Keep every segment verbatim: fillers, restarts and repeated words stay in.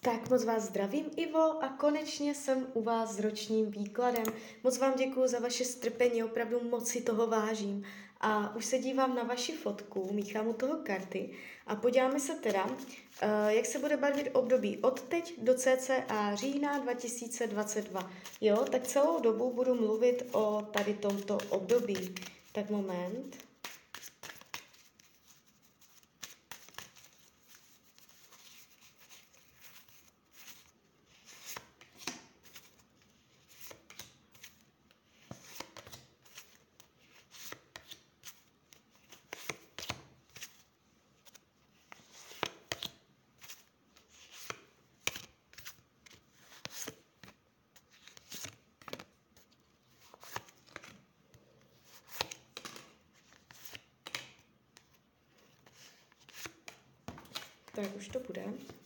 Tak moc vás zdravím, Ivo, a konečně jsem u vás s ročním výkladem. Moc vám děkuji za vaše strpení, opravdu moc si toho vážím. A už se dívám na vaši fotku, míchám u toho karty a podíváme se teda, uh, jak se bude barvit období od teď do cca října dva tisíce dvacet dva. Jo, tak celou dobu budu mluvit o tady tomto období. Tak moment. Tak už to bude.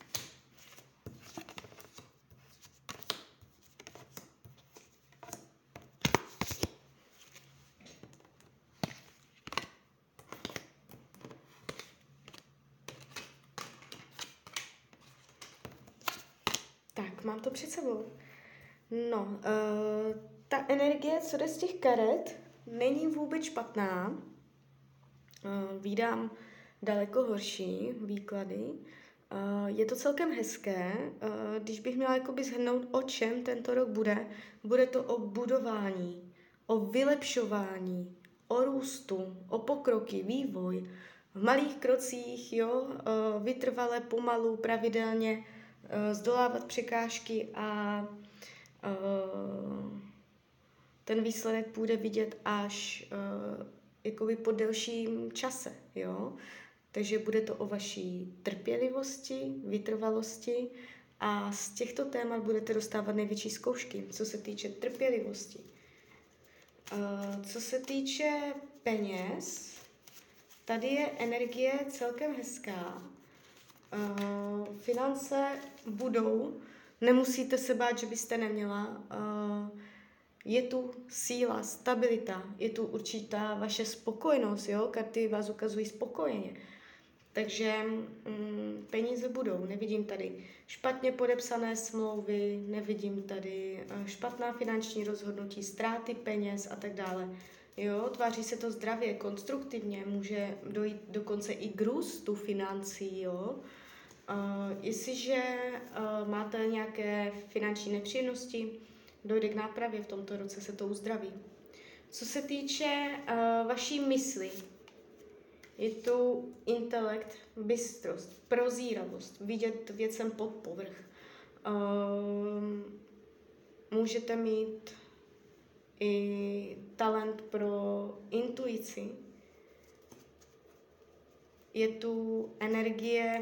Tak, mám to před sebou. No, uh, ta energie, co jde z těch karet, není vůbec špatná. Uh, vídám daleko horší výklady. Uh, je to celkem hezké. Uh, když bych měla jakoby shrnout, o čem tento rok bude, bude to o budování, o vylepšování, o růstu, o pokroky, vývoj. V malých krocích, jo, uh, vytrvale, pomalu, pravidelně, uh, zdolávat překážky a uh, ten výsledek půjde vidět až uh, jakoby po delším čase, jo. Takže bude to o vaší trpělivosti, vytrvalosti a z těchto témat budete dostávat největší zkoušky, co se týče trpělivosti. Uh, co se týče peněz, tady je energie celkem hezká. Uh, finance budou, nemusíte se bát, že byste neměla. Uh, je tu síla, stabilita, je tu určitá vaše spokojenost, jo? Karty vás ukazují spokojeně. Takže mm, peníze budou, nevidím tady špatně podepsané smlouvy, nevidím tady uh, špatná finanční rozhodnutí, ztráty peněz a tak dále. Jo, tváří se to zdravě, konstruktivně, může dojít dokonce i k růstu financí, jo. Uh, jestliže uh, máte nějaké finanční nepříjemnosti, dojde k nápravě, v tomto roce se to uzdraví. Co se týče uh, vaší mysli, je tu intelekt, bystrost, prozíravost, vidět věcem pod povrch. Uh, můžete mít i talent pro intuici. Je tu energie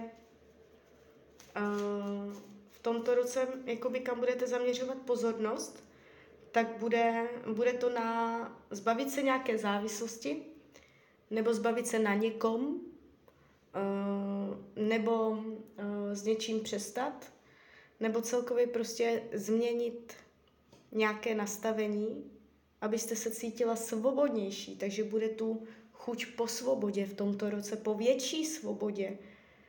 uh, v tomto roce, jakoby kam budete zaměřovat pozornost, tak bude, bude to na zbavit se nějaké závislosti, nebo zbavit se na někom, uh, nebo uh, s něčím přestat, nebo celkově prostě změnit nějaké nastavení, abyste se cítila svobodnější, takže bude tu chuť po svobodě v tomto roce, po větší svobodě.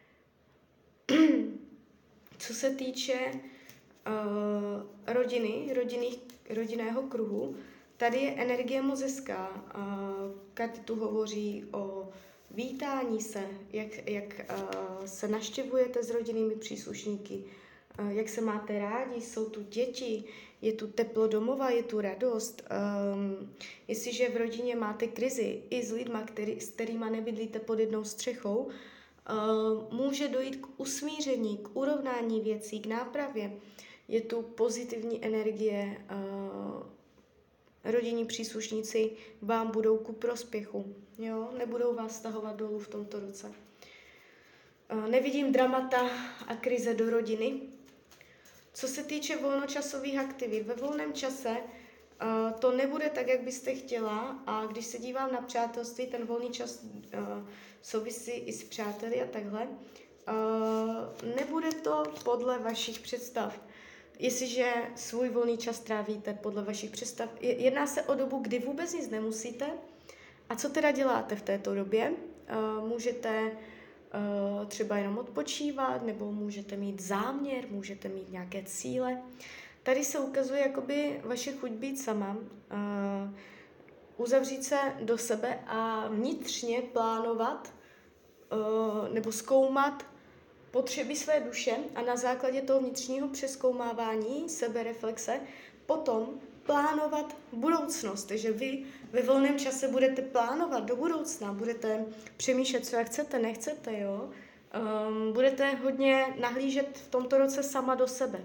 Co se týče uh, rodiny, rodinných, rodinného kruhu, tady je energie moc hezká. Uh, karty tu hovoří o vítání se, jak, jak uh, se navštěvujete s rodinnými příslušníky, uh, jak se máte rádi, jsou tu děti, je tu teplo domova, je tu radost. Um, jestliže v rodině máte krizi i s lidma, který, s kterýma nebydlíte pod jednou střechou, uh, může dojít k usmíření, k urovnání věcí, k nápravě. Je tu pozitivní energie, uh, rodinní příslušníci vám budou ku prospěchu, jo? Nebudou vás stahovat dolů v tomto roce. Uh, nevidím dramata a krize do rodiny. Co se týče volnočasových aktivit, ve volném čase uh, to nebude tak, jak byste chtěla, a když se dívám na přátelství, ten volný čas uh, souvisí i s přáteli a takhle, uh, nebude to podle vašich představ. Jestliže svůj volný čas trávíte podle vašich představ, jedná se o dobu, kdy vůbec nic nemusíte. A co teda děláte v této době? Uh, můžete uh, třeba jenom odpočívat, nebo můžete mít záměr, můžete mít nějaké cíle. Tady se ukazuje jakoby vaše chuť být sama, uh, uzavřít se do sebe a vnitřně plánovat uh, nebo zkoumat potřeby své duše a na základě toho vnitřního přezkoumávání, sebereflexe, potom plánovat budoucnost. Takže vy ve volném čase budete plánovat do budoucna, budete přemýšlet, co jak chcete, nechcete, jo. Um, budete hodně nahlížet v tomto roce sama do sebe.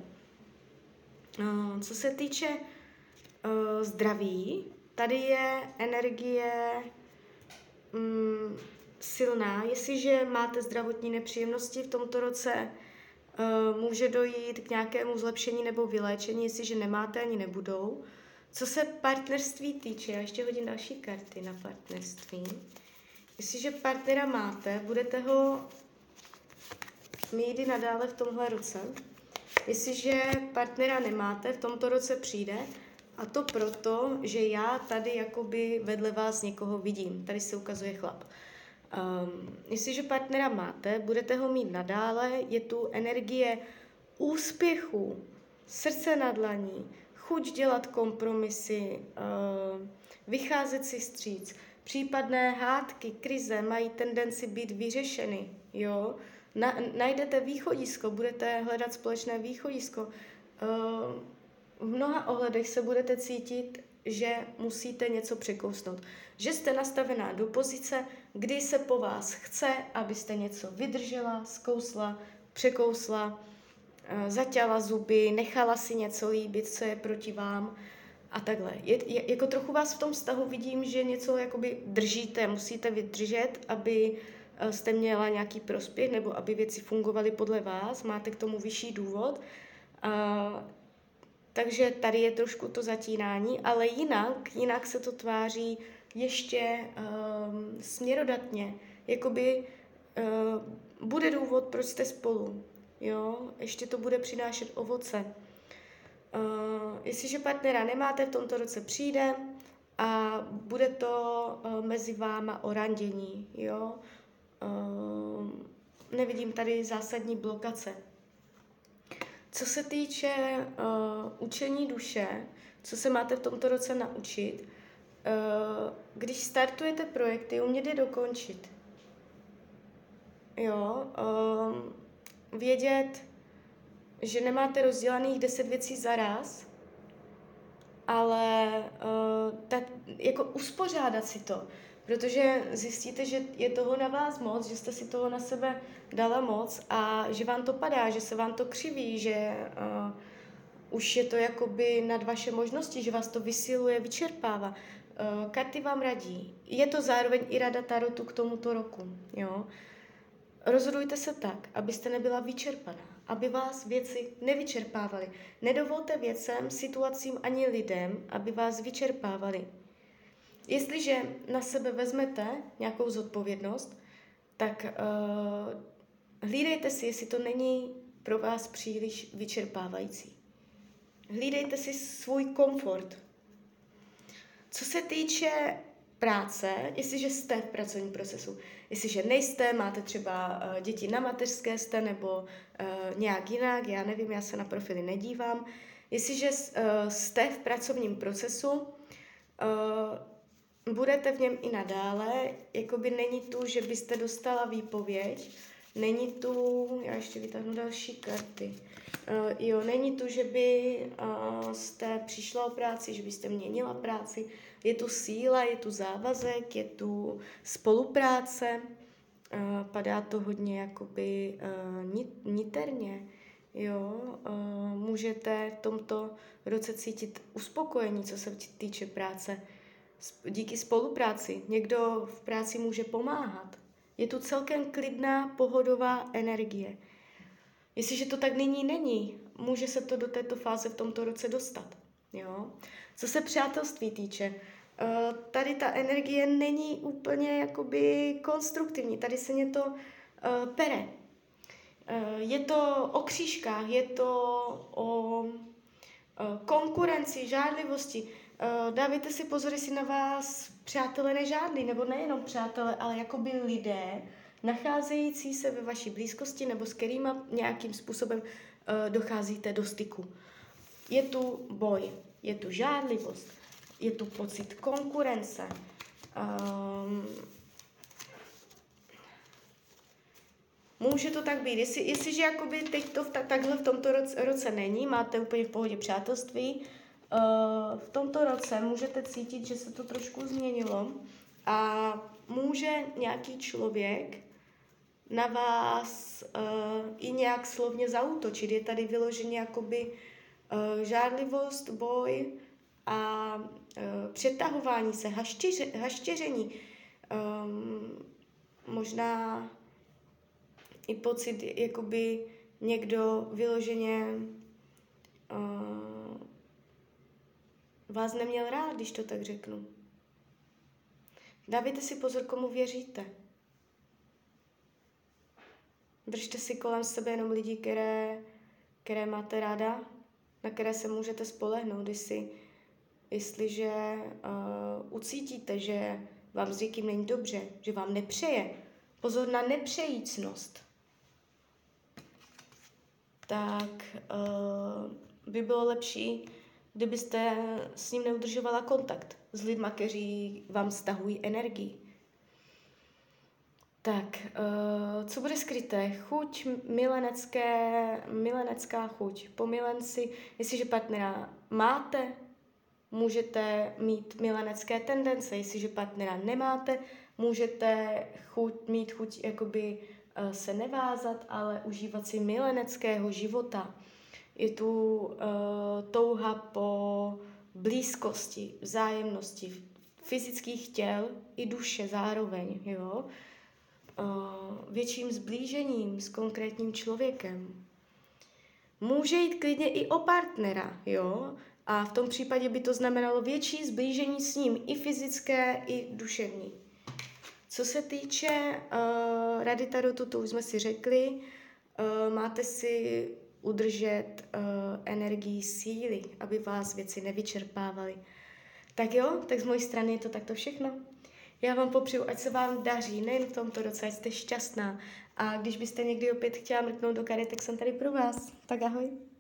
Uh, co se týče uh, zdraví, tady je energie um, silná. Jestliže máte zdravotní nepříjemnosti v tomto roce, uh, může dojít k nějakému zlepšení nebo vyléčení, jestliže nemáte, ani nebudou. Co se partnerství týče, já ještě hodím další karty na partnerství. Jestliže partnera máte, budete ho mít i nadále v tomhle roce. Jestliže partnera nemáte, v tomto roce přijde, a to proto, že já tady jakoby vedle vás někoho vidím. Tady se ukazuje chlap. Um, jestliže partnera máte, budete ho mít nadále, je tu energie úspěchu, srdce na dlaní, chuť dělat kompromisy, uh, vycházet si vstříc, případné hádky, krize mají tendenci být vyřešeny, jo. Na, najdete východisko, budete hledat společné východisko. Uh, v mnoha ohledech se budete cítit, že musíte něco překousnout. Že jste nastavená do pozice, kdy se po vás chce, abyste něco vydržela, zkousla, překousla, zaťala zuby, nechala si něco líbit, co je proti vám a takhle. Je, je, jako trochu vás v tom vztahu vidím, že něco jakoby držíte, musíte vydržet, aby jste měla nějaký prospěch nebo aby věci fungovaly podle vás, máte k tomu vyšší důvod. Uh, takže tady je trošku to zatínání, ale jinak, jinak se to tváří ještě um, směrodatně. Jakoby uh, bude důvod, proč jste spolu. Jo? Ještě to bude přinášet ovoce. Uh, jestliže partnera nemáte, v tomto roce přijde a bude to uh, mezi váma o randění. Jo? Uh, nevidím tady zásadní blokace. Co se týče uh, učení duše, co se máte v tomto roce naučit, uh, když startujete projekty, umět je dokončit. Jo, um, vědět, že nemáte rozdělaných deset věcí za raz, ale uh, tak, jako uspořádat si to, protože zjistíte, že je toho na vás moc, že jste si toho na sebe dala moc a že vám to padá, že se vám to křiví, že uh, už je to jakoby nad vaše možnosti, že vás to vysiluje, vyčerpává. Uh, karty vám radí. Je to zároveň i rada tarotu k tomuto roku. Jo? Rozhodujte se tak, abyste nebyla vyčerpaná, aby vás věci nevyčerpávaly. Nedovolte věcem, situacím ani lidem, aby vás vyčerpávali. Jestliže na sebe vezmete nějakou zodpovědnost, tak uh, hlídejte si, jestli to není pro vás příliš vyčerpávající. Hlídejte si svůj komfort. Co se týče práce, jestliže jste v pracovním procesu, jestliže nejste, máte třeba uh, děti na mateřské jste nebo uh, nějak jinak, já nevím, já se na profily nedívám. Jestliže uh, jste v pracovním procesu, uh, budete v něm i nadále, jakoby není tu, že byste dostala výpověď, není tu, já ještě vytáhnu další karty, uh, jo, není tu, že by uh, jste přišla o práci, že byste měnila práci, je tu síla, je tu závazek, je tu spolupráce, uh, padá to hodně jakoby uh, niterně, jo, uh, můžete v tomto roce cítit uspokojení, co se týče práce, díky spolupráci. Někdo v práci může pomáhat. Je tu celkem klidná, pohodová energie. Jestliže to tak nyní není, může se to do této fáze v tomto roce dostat. Jo? Co se přátelství týče, tady ta energie není úplně jakoby konstruktivní. Tady se mě to pere. Je to o křížkách, je to o konkurenci, žádlivosti. Uh, dávejte si pozor, jestli na vás přátelé nežádlí, nebo nejenom přátelé, ale jakoby lidé, nacházející se ve vaší blízkosti nebo s kterýma nějakým způsobem uh, docházíte do styku. Je tu boj, je tu žádlivost, je tu pocit konkurence, um, může to tak být. Jestli, jestliže jakoby teď to v ta, takhle v tomto roce, roce není, máte úplně v pohodě přátelství, uh, v tomto roce můžete cítit, že se to trošku změnilo a může nějaký člověk na vás uh, i nějak slovně zaútočit. Je tady vyloženě jakoby uh, žádlivost, boj a uh, přetahování se, haštěře, haštěření. Um, možná i pocit, jakoby někdo vyloženě uh, vás neměl rád, když to tak řeknu. Dávejte si pozor, komu věříte. Držte si kolem sebe jenom lidi, které, které máte ráda, na které se můžete spolehnout, jestli, jestliže uh, ucítíte, že vám s někým není dobře, že vám nepřeje. Pozor na nepřejícnost. Tak uh, by bylo lepší, kdybyste s ním neudržovala kontakt s lidma, kteří vám stahují energii. Tak, uh, co bude skryté? Chuť, milenecké, milenecká chuť. Po milenci, jestliže partnera máte, můžete mít milenecké tendence. Jestliže partnera nemáte, můžete chuť, mít chuť jakoby uh, se nevázat, ale užívat si mileneckého života. Je tu uh, touha po blízkosti, vzájemnosti, fyzických těl i duše zároveň, jo? Uh, větším zblížením s konkrétním člověkem. Může jít klidně i o partnera, jo? A v tom případě by to znamenalo větší zblížení s ním, i fyzické, i duševní. Co se týče uh, rady tarotu, to už jsme si řekli, uh, máte si udržet uh, energii síly, aby vás věci nevyčerpávaly. Tak jo, tak z mojí strany je to takto všechno. Já vám popřeju, ať se vám daří, nejen v tomto roce, ať jste šťastná. A když byste někdy opět chtěla mrknout do karet, tak jsem tady pro vás. Tak ahoj.